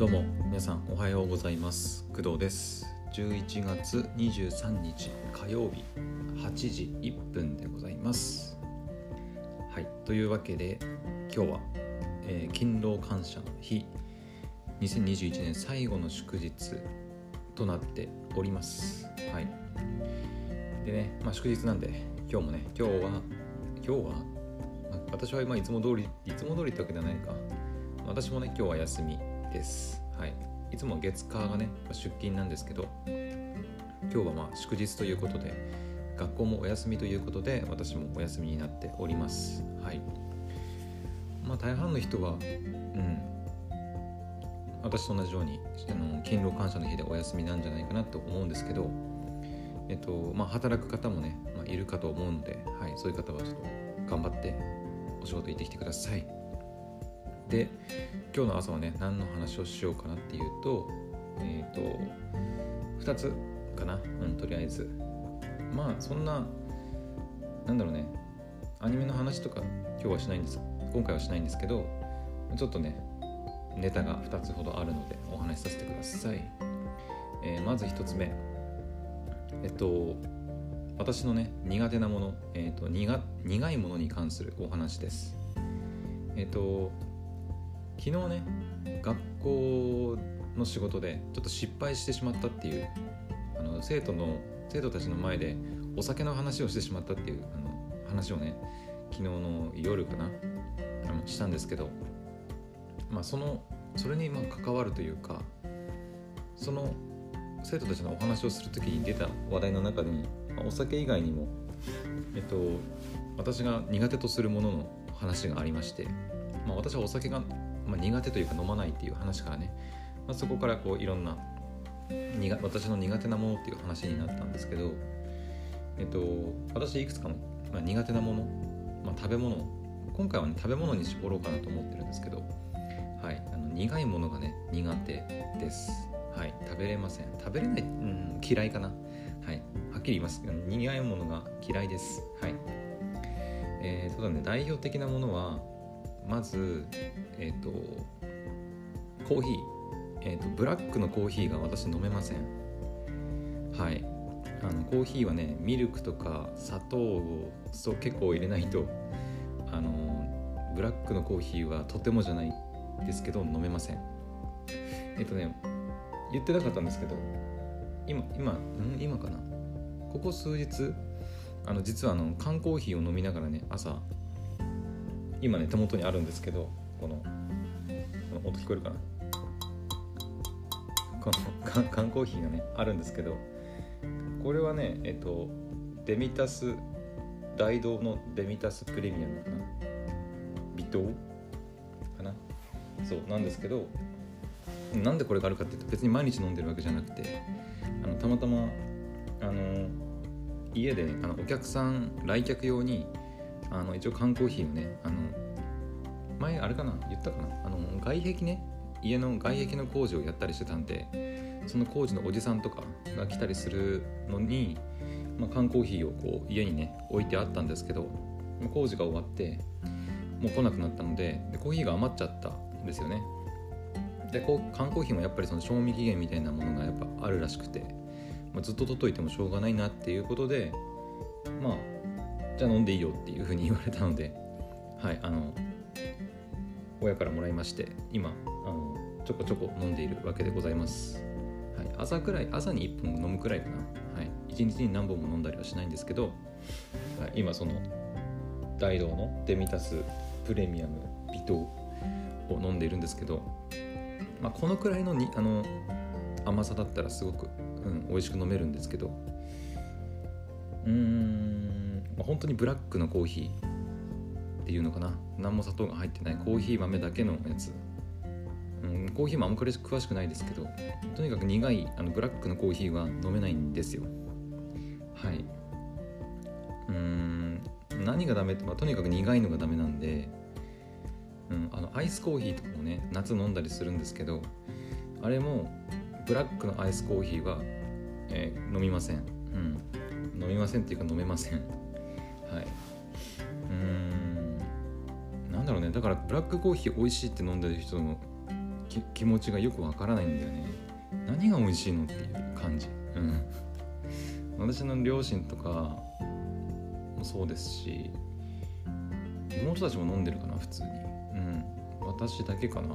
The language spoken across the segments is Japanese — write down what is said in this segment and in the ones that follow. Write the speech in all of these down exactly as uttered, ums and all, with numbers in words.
どうも皆さんおはようございます。工藤です。じゅういちがつにじゅうさんにち火曜日はちじいっぷんでございます。はい、というわけで今日は、えー、勤労感謝の日、にせんにじゅういちねん最後の祝日となっております。はい。でね、まあ祝日なんで今日もね、今日は今日は、まあ、私は今いつも通りいつも通りってわけではないか。私もね今日は休みです。はい。いつも月火がね出勤なんですけど、今日はまあ祝日ということで、学校もお休みということで、私もお休みになっております。はい。まあ大半の人は、うん、私と同じようにあの勤労感謝の日でお休みなんじゃないかなと思うんですけど、えっとまあ働く方もね、まあ、いるかと思うので、はい、そういう方はちょっと頑張ってお仕事行ってきてください。で、今日の朝はね、何の話をしようかなっていうと、えっとふたつかな、うん、とりあえずまあそんななんだろうね、アニメの話とか今日はしないんです今回はしないんですけど、ちょっとねネタがふたつほどあるのでお話しさせてください。えー、まずひとつめ、えっと私のね苦手なもの、えっと苦苦いものに関するお話です。えっと昨日ね、学校の仕事でちょっと失敗してしまったっていう、あの生徒の生徒たちの前でお酒の話をしてしまったっていうあの話をね、昨日の夜かなあのしたんですけど、まあそのそれにまあ関わるというか、その生徒たちのお話をするときに出た話題の中に、まあ、お酒以外にもえっと私が苦手とするものの話がありまして、まあ私はお酒がまあ、苦手というか飲まないっていう話からね、まあ、そこからこういろんな苦私の苦手なものっていう話になったんですけど、えっと私いくつかの、まあ、苦手なもの、まあ、食べ物、今回はね食べ物に絞ろうかなと思ってるんですけど、はい、あの苦いものがね苦手です。はい、食べれません。食べれない、うん、嫌いかな。はい、はっきり言います。苦いものが嫌いです。はい。えー、ただね、代表的なものはまず、えっと、コーヒー、えっと、ブラックのコーヒーが私飲めません。はい。あのコーヒーはね、ミルクとか砂糖をそう結構入れないと、あのブラックのコーヒーはとてもじゃないですけど飲めません。えっとね、言ってなかったんですけど、今今ん今かな。ここ数日、あの実はあの缶コーヒーを飲みながらね、朝。今ね手元にあるんですけど、この、この音聞こえるかな、この缶コーヒーがねあるんですけど、これはねえっとデミタス大道のデミタスプレミアムかな、微糖かな、そうなんですけど、なんでこれがあるかっていうと、別に毎日飲んでるわけじゃなくて、あのたまたまあの家でね、あのお客さん来客用にあの一応缶コーヒーをね、あの前あれかな言ったかな、あの外壁ね、家の外壁の工事をやったりしてたんで、その工事のおじさんとかが来たりするのに、まあ、缶コーヒーをこう家にね置いてあったんですけど、工事が終わってもう来なくなったので、でコーヒーが余っちゃったんですよね。でこう缶コーヒーもやっぱりその賞味期限みたいなものがやっぱあるらしくて、まあ、ずっと取っといてもしょうがないなっていうことで、まあじゃあ飲んでいいよっていうふうに言われたので、はい、あの親からもらいまして、今あのちょこちょこ飲んでいるわけでございます。はい、朝くらい朝にいっぽん飲むくらいかな。はい、いちにちに何本も飲んだりはしないんですけど、はい、今その大道のデミタスプレミアム微糖を飲んでいるんですけど、まあ、このくらいのにあの甘さだったらすごく、うん、美味しく飲めるんですけど、うーん、まあ、本当にブラックのコーヒーっていうのかな、何も砂糖が入ってないコーヒー豆だけのやつ、うん、コーヒーもあんまり詳しくないですけど、とにかく苦いあのブラックのコーヒーは飲めないんですよ。はい。うーん、何がダメって、まあ、とにかく苦いのがダメなんで、うん、あのアイスコーヒーとかもね夏飲んだりするんですけど、あれもブラックのアイスコーヒーは、えー、飲みません。うん、飲みませんっていうか飲めません。はい。うーん、なんだろうね、だからブラックコーヒー美味しいって飲んでる人も気持ちがよくわからないんだよね。何が美味しいのっていう感じ、うん、私の両親とかもそうですし、妹たちも飲んでるかな普通に、うん、私だけかな。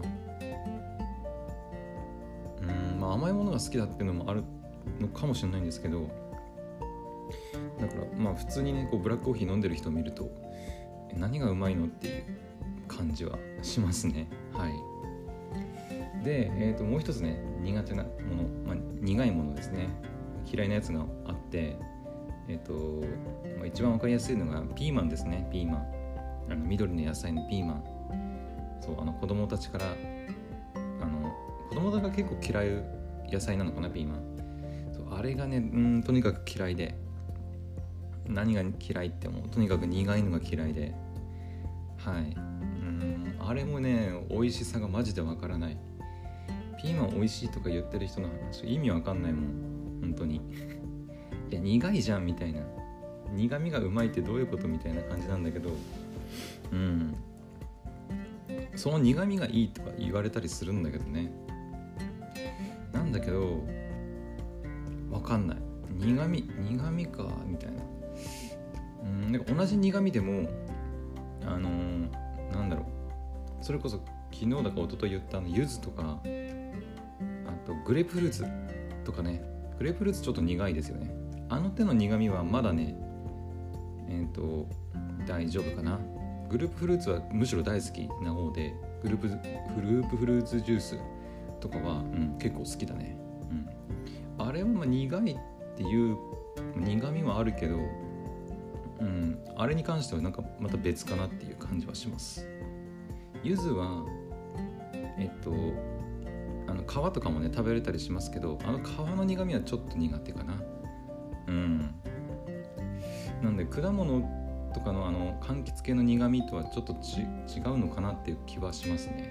うん、まあ甘いものが好きだっていうのもあるのかもしれないんですけど、だからまあ普通にねこうブラックコーヒー飲んでる人を見ると何がうまいのっていう感じはしますね。はい。で、えー、ともう一つね苦手なもの、まあ、苦いものですね、嫌いなやつがあって、えーとまあ、一番わかりやすいのがピーマンですね。ピーマン、あの緑の野菜のピーマン。そうあの子供たちからあの子供が結構嫌い野菜なのかな、ピーマン。そうあれがねうんとにかく嫌いで、何が嫌いってもとにかく苦いのが嫌いで、はい、うんあれもね美味しさがマジでわからない。ピーマン美味しいとか言ってる人の話意味わかんないもん本当に。いや苦いじゃんみたいな、苦味がうまいってどういうことみたいな感じなんだけど、うんその苦味がいいとか言われたりするんだけどね、なんだけどわかんない。苦味苦味かみたいな。うんなんか同じ苦味でもあのー、なんだろう、それこそ昨日だか一昨日言ったあの柚子とか、あとグレープフルーツとかね。グレープフルーツちょっと苦いですよね。あの手の苦味はまだねえっ、ー、と大丈夫かな。グループフルーツはむしろ大好きな方で、グループフループフルーツジュースとかは、うん、結構好きだね、うん、あれはまあ苦いっていう苦味はあるけど、うん、あれに関してはなんかまた別かなっていう感じはします。柚子はえっとあの皮とかもね食べれたりしますけど、あの皮の苦味はちょっと苦手かな。うんなんで果物とかのあの柑橘系の苦味とはちょっとち違うのかなっていう気はしますね。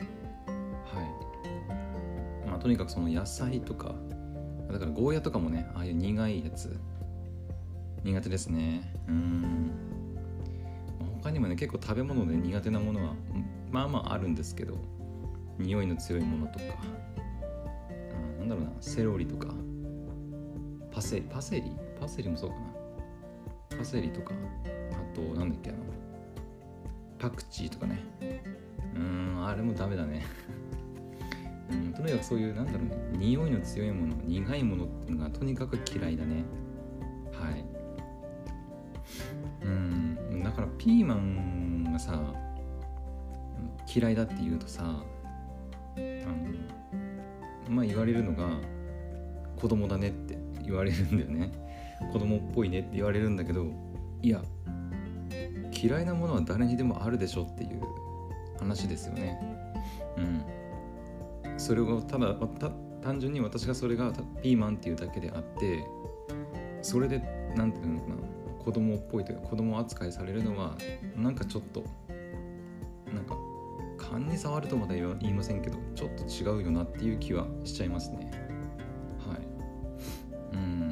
はい。まあとにかくその野菜とか、だからゴーヤとかもね、ああいう苦いやつ苦手ですね。うーん。他にもね結構食べ物で苦手なものはまあまああるんですけど、匂いの強いものとか、あなんだろうな、セロリとか、パセリパセリパセリもそうかな。パセリとか。あとなんだっけあのパクチーとかね、うーんあれもダメだねうんとにかくそういうなんだろうね、匂いの強いもの、苦いものっていうのがとにかく嫌いだね。はいうんだからピーマンがさ嫌いだって言うとさ、あのまあ言われるのが子供だねって言われるんだよね。子供っぽいねって言われるんだけど、いや嫌いなものは誰にでもあるでしょっていう話ですよね。うんそれをただた単純に私がそれがピーマンっていうだけであって、それでなんていうのかな、子供っぽいというか子供扱いされるのはなんかちょっとなんか勘に触るとまだ言いませんけど、ちょっと違うよなっていう気はしちゃいますね。はいうん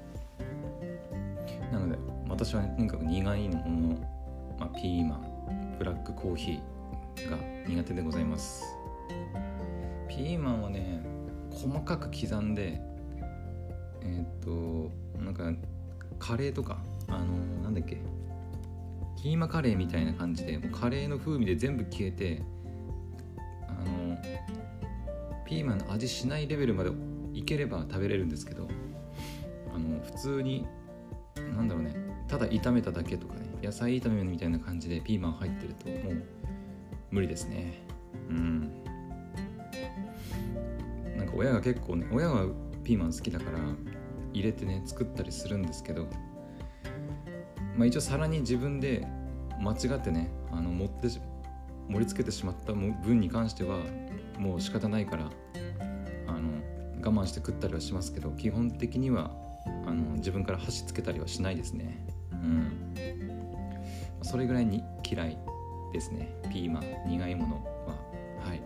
なので私は、ね、とにかく苦いもの、まあ、ピーマン、ブラックコーヒーが苦手でございます。ピーマンはね細かく刻んでえー、っとなんかカレーとかあのー、なんだっけキーマカレーみたいな感じでもうカレーの風味で全部消えて、あのー、ピーマンの味しないレベルまでいければ食べれるんですけど、あの普通になんだろうね、ただ炒めただけとかね、野菜炒めみたいな感じでピーマン入ってるともう無理ですね。うんなんか親が結構ね、親はピーマン好きだから入れてね作ったりするんですけど、まあ一応皿に自分で間違ってねあの持って盛り付けてしまった分に関してはもう仕方ないからあの我慢して食ったりはしますけど、基本的にはあの自分から箸つけたりはしないですね。うんそれぐらいに嫌いですね、ピーマン苦いものは。はい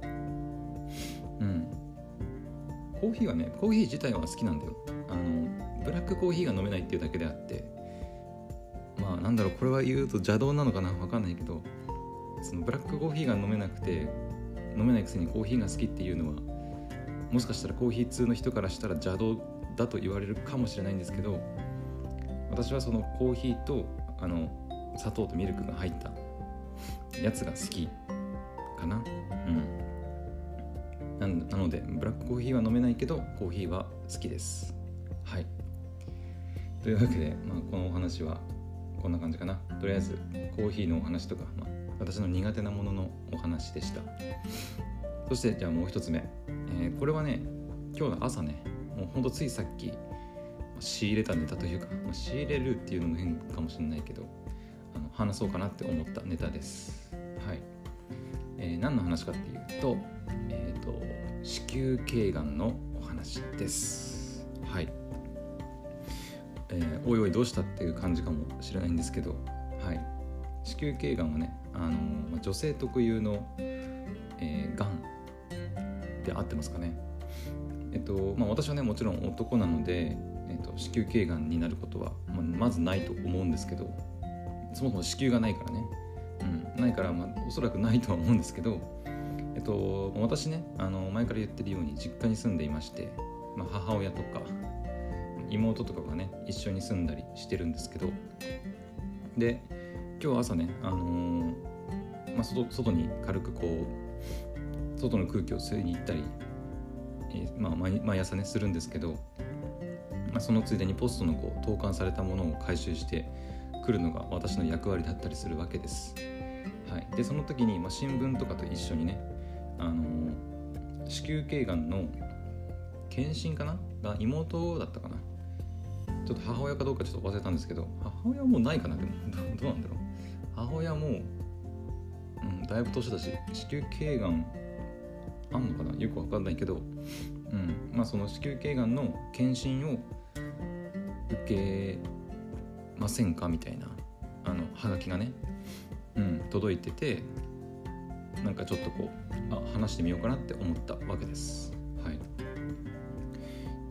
うんコーヒーはね、コーヒー自体は好きなんだよ。あのブラックコーヒーが飲めないっていうだけであって、まあなんだろう、これは言うと邪道なのかな、わかんないけど、そのブラックコーヒーが飲めなくて飲めないくせにコーヒーが好きっていうのは、もしかしたらコーヒー通の人からしたら邪道だと言われるかもしれないんですけど、私はそのコーヒーとあの砂糖とミルクが入ったやつが好きかな。うん。な, なのでブラックコーヒーは飲めないけどコーヒーは好きです。はい。というわけで、まあ、このお話はこんな感じかな。とりあえずコーヒーのお話とか、まあ、私の苦手なもののお話でした。そしてじゃあもう一つ目、えー、これはね、今日の朝ね、もうほんとついさっき仕入れたネタというか、まあ、仕入れるっていうのも変かもしれないけど、あの話そうかなって思ったネタです。はい。えー、何の話かっていうと、えーと、子宮頸がんのお話です。はい。えー、おいおいどうしたっていう感じかもしれないんですけど、はい。子宮頸がんはね、あのー、女性特有の、えー、がんで合ってますかね。えっとまあ、私はねもちろん男なので、えっと、子宮頸がんになることは、まあ、まずないと思うんですけど、そもそも子宮がないからね、うん、ないから、まあ、おそらくないとは思うんですけど、えっと、私ねあの前から言ってるように実家に住んでいまして、まあ、母親とか妹とかがね一緒に住んだりしてるんですけど、で今日朝ね、あのーまあ、外, 外に軽くこう外の空気を吸いに行ったり、えーまあ、毎, 毎朝ねするんですけど、まあ、そのついでにポストのこう投函されたものを回収してくるのが私の役割だったりするわけです。はい、でその時に、まあ、新聞とかと一緒にね、あのー、子宮頸がんの検診かなが妹だったかな、ちょっと母親かどうかちょっと忘れたんですけど、母親はもうないかな、でもどうなんだろう、母親も、うん、だいぶ年だし子宮頸がんあんのかな、よくわかんないけど、うん、まあその子宮頸がんの検診を受けませんかみたいなあのハガキがね、うん、届いてて、なんかちょっとこうあ話してみようかなって思ったわけです。はい。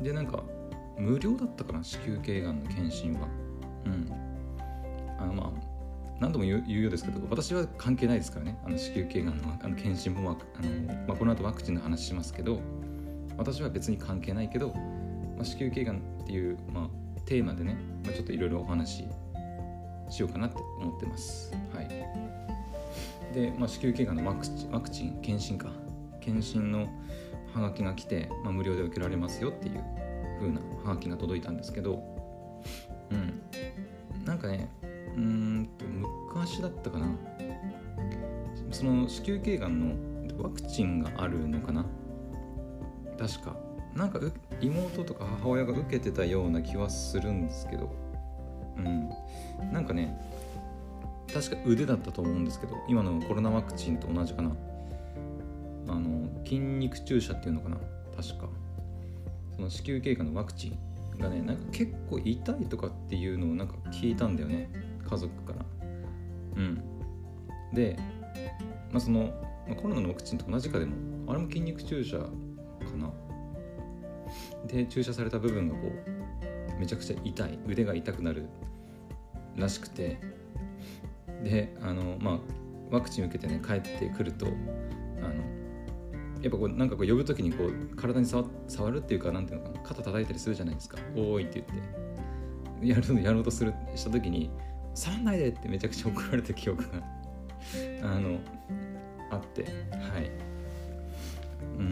でなんか無料だったかな、子宮頸がんの検診は。うん。あのまあ何度も言う、言うようですけど、私は関係ないですからね。あの子宮頸がんの、あの検診もあの、まあ、この後ワクチンの話しますけど、私は別に関係ないけど、まあ、子宮頸がんっていう、まあ、テーマでね、まあ、ちょっといろいろお話ししようかなって思ってます。はい。で、まあ、子宮頸がんのワクチン、ワクチン検診か検診のハガキが来て、まあ、無料で受けられますよっていう風なハガキが届いたんですけど、うん、なんかね、うーんと昔だったかな、その子宮頸がんのワクチンがあるのかな、確かなんか妹とか母親が受けてたような気はするんですけど、うん、なんかね確か腕だったと思うんですけど、今のコロナワクチンと同じかな、あの筋肉注射っていうのかな、確かその子宮頸がんのワクチンがね、なんか結構痛いとかっていうのをなんか聞いたんだよね、家族から。うんで、まあ、その、まあ、コロナのワクチンと同じかでもあれも筋肉注射かなで、注射された部分がこうめちゃくちゃ痛い、腕が痛くなるらしくて、であのまあワクチン受けてね帰ってくると、あのやっぱこうなんかこう呼ぶときにこう体に 触, 触るっていうか、なんていうのかな、肩叩いたりするじゃないですか。おーいって言ってやるやろうとするしたときに、触んないでってめちゃくちゃ怒られた記憶があのあって、はい。うん。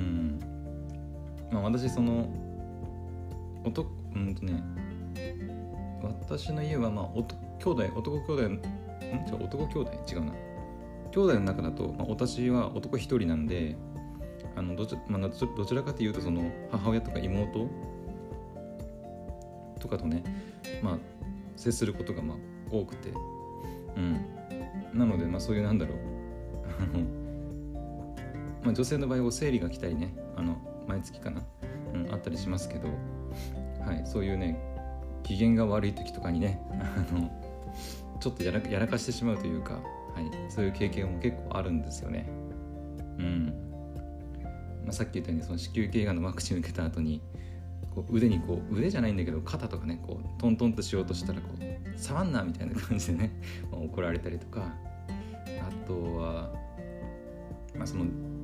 まあ私その男うんとね私の家はまあおと兄弟男兄弟ん違う男兄弟違うな兄弟の中だと、まあ、私は男一人なんで、あの ど, ち、まあ、どちらかというとその母親とか妹とかとね、まあ接することがまあ多くて、うんなのでまあそういうなんだろうまあ女性の場合は生理が来たりね、あの毎月かな、うん、あったりしますけど、はい、そういうね機嫌が悪い時とかにねあのちょっとや ら, やらかしてしまうというか、はい、そういう経験も結構あるんですよね。うん、まあ、さっき言ったようにその子宮頸がんのワクチンを受けた後にこう腕にこう腕じゃないんだけど肩とかねこうトントンとしようとしたらこう触んなみたいな感じでね、まあ、怒られたりとか、あとは、まあ、その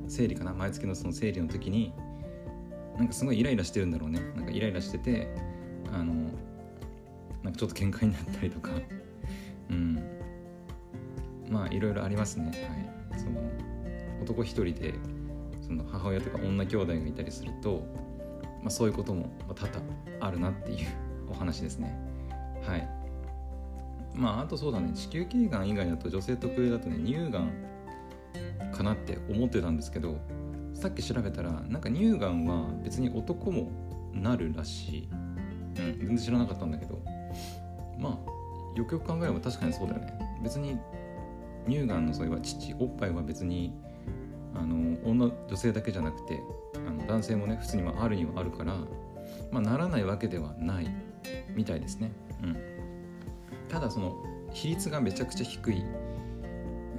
生理かな毎月のその生理の時になんかすごいイライラしてるんだろうね。なんかイライラしててあのなんかちょっと喧嘩になったりとかうんまあいろいろありますね。はい、その男一人でその母親とか女兄弟がいたりすると、まあ、そういうことも多々あるなっていうお話ですね。はい。まああとそうだね、子宮頸がん以外だと女性特有だとね、乳がんかなって思ってたんですけど、さっき調べたらなんか乳がんは別に男もなるらしい。うん、全然知らなかったんだけど、まあよくよく考えれば確かにそうだよね。別に乳がんのそういえば父おっぱいは別にあの女女性だけじゃなくてあの男性もね普通にはあるにはあるから、まあ、ならないわけではないみたいですね。うん、ただその比率がめちゃくちゃ低い、うん、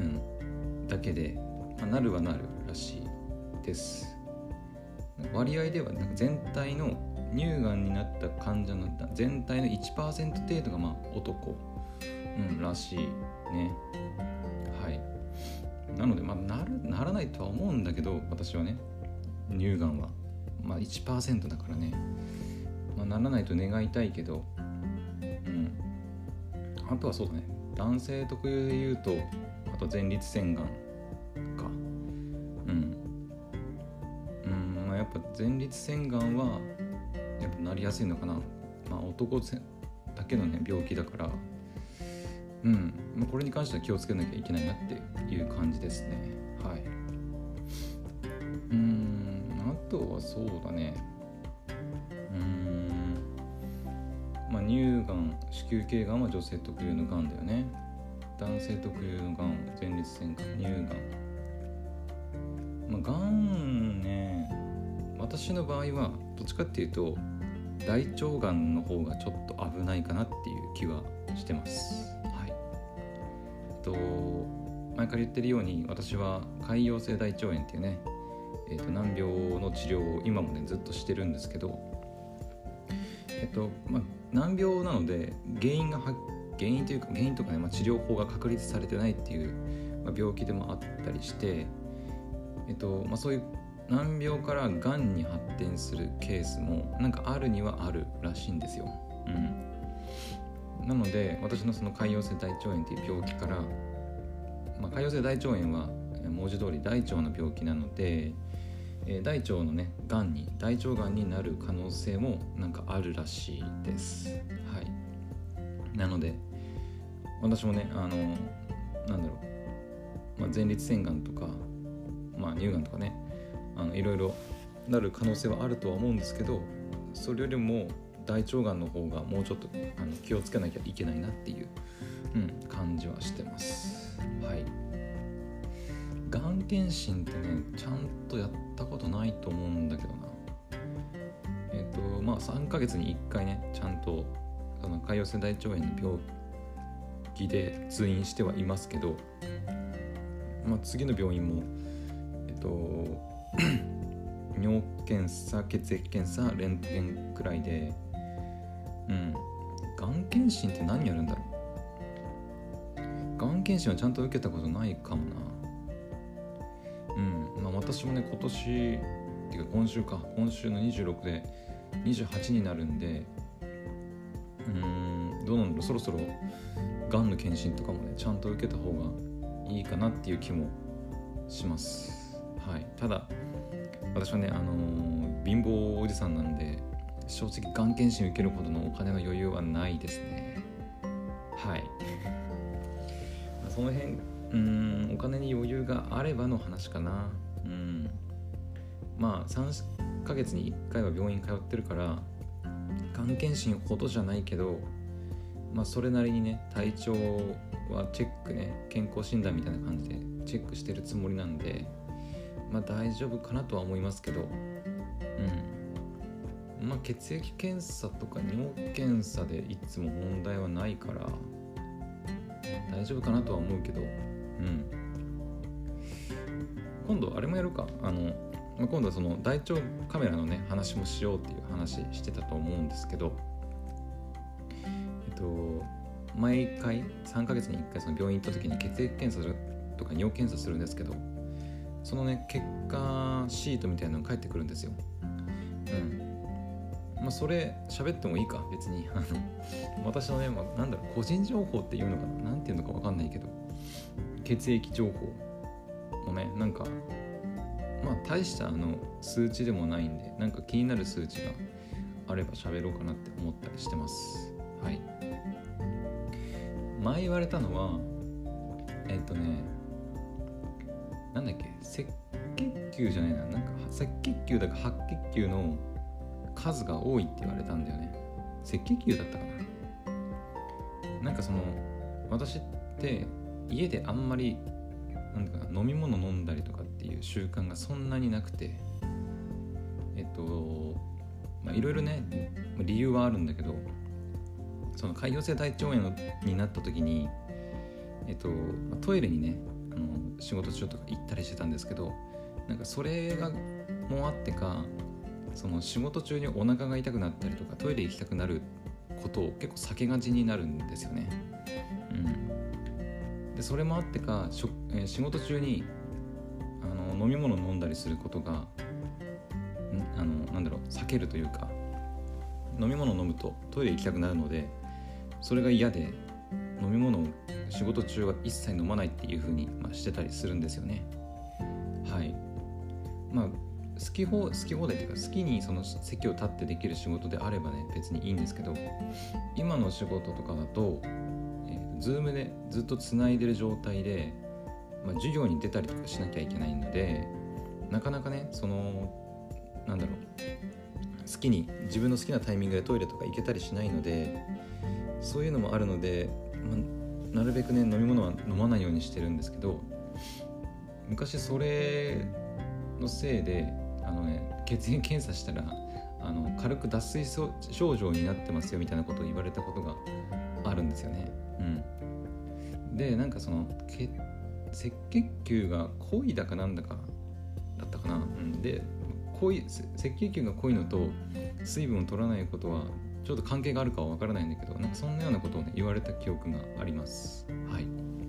だけで、まあ、なるはなるらしいです。割合ではなんか全体の乳がんになった患者の全体の いちパーセント 程度がまあ男、うん、らしいね。はい。なので、まあ、なる、ならないとは思うんだけど、私はね乳がんは、まあ、いちパーセント だからね、まあ、ならないと願いたいけど、うん、あとはそうだね、男性特有で言うとあと前立腺がんか、うん、うん、まあ、やっぱ前立腺がんはやっぱなりやすいのかな。まあ男だけのね病気だから、うん、まあ、これに関しては気をつけなきゃいけないなっていう感じですね。はい。うーん、あとはそうだね。うーん、まあ乳がん、子宮頸がんは女性特有のがんだよね。男性特有のがんは前立腺がん、乳がん。まあがんね、私の場合はどっちかっていうと大腸がんの方がちょっと危ないかなっていう気はしてます。はい。えっと前から言ってるように私は潰瘍性大腸炎っていうね、えっと難病の治療を今もねずっとしてるんですけど、えっとまあ難病なので原因がは原因というか原因とかね、まあ、治療法が確立されてないっていう、まあ、病気でもあったりして、えっとまあそういう難病からがんに発展するケースもなんかあるにはあるらしいんですよ。うん、なので私のその潰瘍性大腸炎っていう病気から、まあ、潰瘍性大腸炎は文字通り大腸の病気なので、えー、大腸のねがんに大腸がんになる可能性もなんかあるらしいです。はい。なので私もねあのなんだろう、まあ、前立腺がんとか、まあ、乳がんとかねあのいろいろなる可能性はあるとは思うんですけど、それよりも大腸がんの方がもうちょっとあの気をつけなきゃいけないなっていう、うん、感じはしてます。はい。がん検診ってねちゃんとやったことないと思うんだけどな。えっとまあさんかげつにいっかいねちゃんとその潰瘍性大腸炎の病気で通院してはいますけど、まあ、次の病院もえっと尿検査、血液検査、レントゲンくらいで、うん、がん検診って何やるんだろう。がん検診はちゃんと受けたことないかもな。うん、まあ私もね今年っていうか今週か今週のにじゅうろくでにじゅうはちになるんで、うーんどうなんだろう、そろそろがんの検診とかもねちゃんと受けた方がいいかなっていう気もします。はい。ただ私はね、あのー、貧乏おじさんなんで正直がん検診受けるほどのお金の余裕はないですね。はい。その辺うーんお金に余裕があればの話かな。うん。まあさんかげつにいっかいは病院通ってるからがん検診ほどじゃないけど、まあそれなりにね体調はチェックね、健康診断みたいな感じでチェックしてるつもりなんで。まあ大丈夫かなとは思いますけど、うん、まあ血液検査とか尿検査でいつも問題はないから大丈夫かなとは思うけど、うん、今度あれもやるか、あの、まあ、今度はその大腸カメラのね話もしようっていう話してたと思うんですけど、えっと毎回さんかげつにいっかいその病院行った時に血液検査とか尿検査するんですけど、 そのね結果シートみたいなのが返ってくるんですよ。うんまあそれ喋ってもいいか別に私のね、まあ、なんだろう個人情報っていうのかな、なんていうのか分かんないけど血液情報もねなんかまあ大したあの数値でもないんで、なんか気になる数値があれば喋ろうかなって思ったりしてます。はい。前言われたのはえっとねなんだっけ赤血球じゃないな、なんか赤血球だか白血球の数が多いって言われたんだよね。赤血球だったかな。なんかその私って家であんまりなんか飲み物飲んだりとかっていう習慣がそんなになくて、えっとまあいろいろね理由はあるんだけど、その潰瘍性大腸炎になった時にえっとトイレにねあの仕事中とか行ったりしてたんですけど、なんかそれがもあってかその仕事中にお腹が痛くなったりとかトイレ行きたくなることを結構避けがちになるんですよね。うん、でそれもあってかしょ、えー、仕事中にあの飲み物を飲んだりすることがんあのなんだろう避けるというか、飲み物を飲むとトイレ行きたくなるのでそれが嫌で飲み物を仕事中は一切飲まないっていう風に、まあ、してたりするんですよね。はい。まあ好き放好き放題というか好きにその席を立ってできる仕事であればね別にいいんですけど、今の仕事とかだと、えー、Zoom でずっとつないでる状態で、まあ、授業に出たりとかしなきゃいけないので、なかなかねそのなんだろう好きに自分の好きなタイミングでトイレとか行けたりしないので、そういうのもあるので、まあ、なるべくね飲み物は飲まないようにしてるんですけど、昔それのせいであのね血液検査したらあの軽く脱水症状になってますよみたいなことを言われたことがあるんですよね。うん、でなんかその赤血球が濃いだかなんだかだったかな、うん、で濃い赤血球が濃いのと水分を取らないことはちょっと関係があるかは分からないんだけど、なんかそんなようなことをね言われた記憶があります。はい。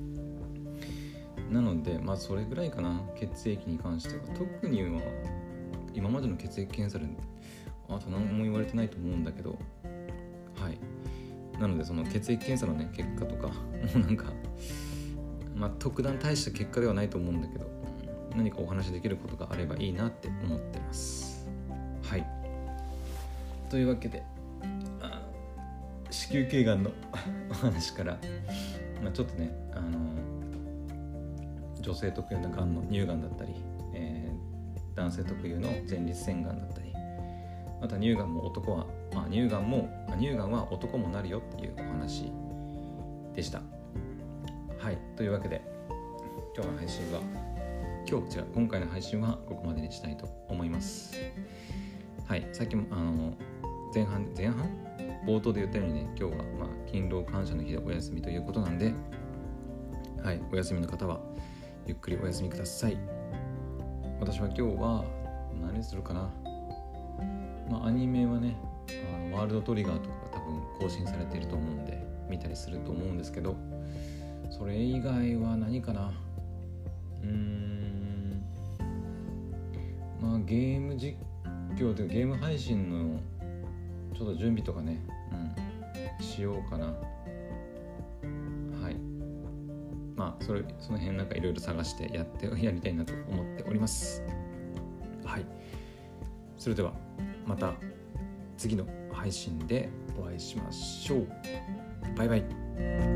なのでまあそれぐらいかな、血液に関しては。特には今までの血液検査であと何も言われてないと思うんだけど、はい。なのでその血液検査のね結果とかもうなんかまあ特段大した結果ではないと思うんだけど、何かお話できることがあればいいなって思ってます。はい。というわけであ子宮頸がんのお話から、まあ、ちょっとねあの女性特有のがんの乳がんだったり、えー、男性特有の前立腺がんだったり、また乳がんも男は、まあ、乳がんも乳がんは男もなるよっていうお話でした。はい。というわけで今日の配信は今日違う今回の配信はここまでにしたいと思います。はい。さっきもあの前半前半冒頭で言ったようにね、今日はまあ勤労感謝の日でお休みということなんで、はい、お休みの方はゆっくりお休みください。私は今日は何するかな。まあアニメはね、あのワールドトリガーとかが多分更新されていると思うんで見たりすると思うんですけど、それ以外は何かな。うーん、まあゲーム実況というかゲーム配信のちょっと準備とかね、うん、しようかな。はい。まあそれその辺なんかいろいろ探してやってやりたいなと思っております。はい。それではまた次の配信でお会いしましょう。バイバイ。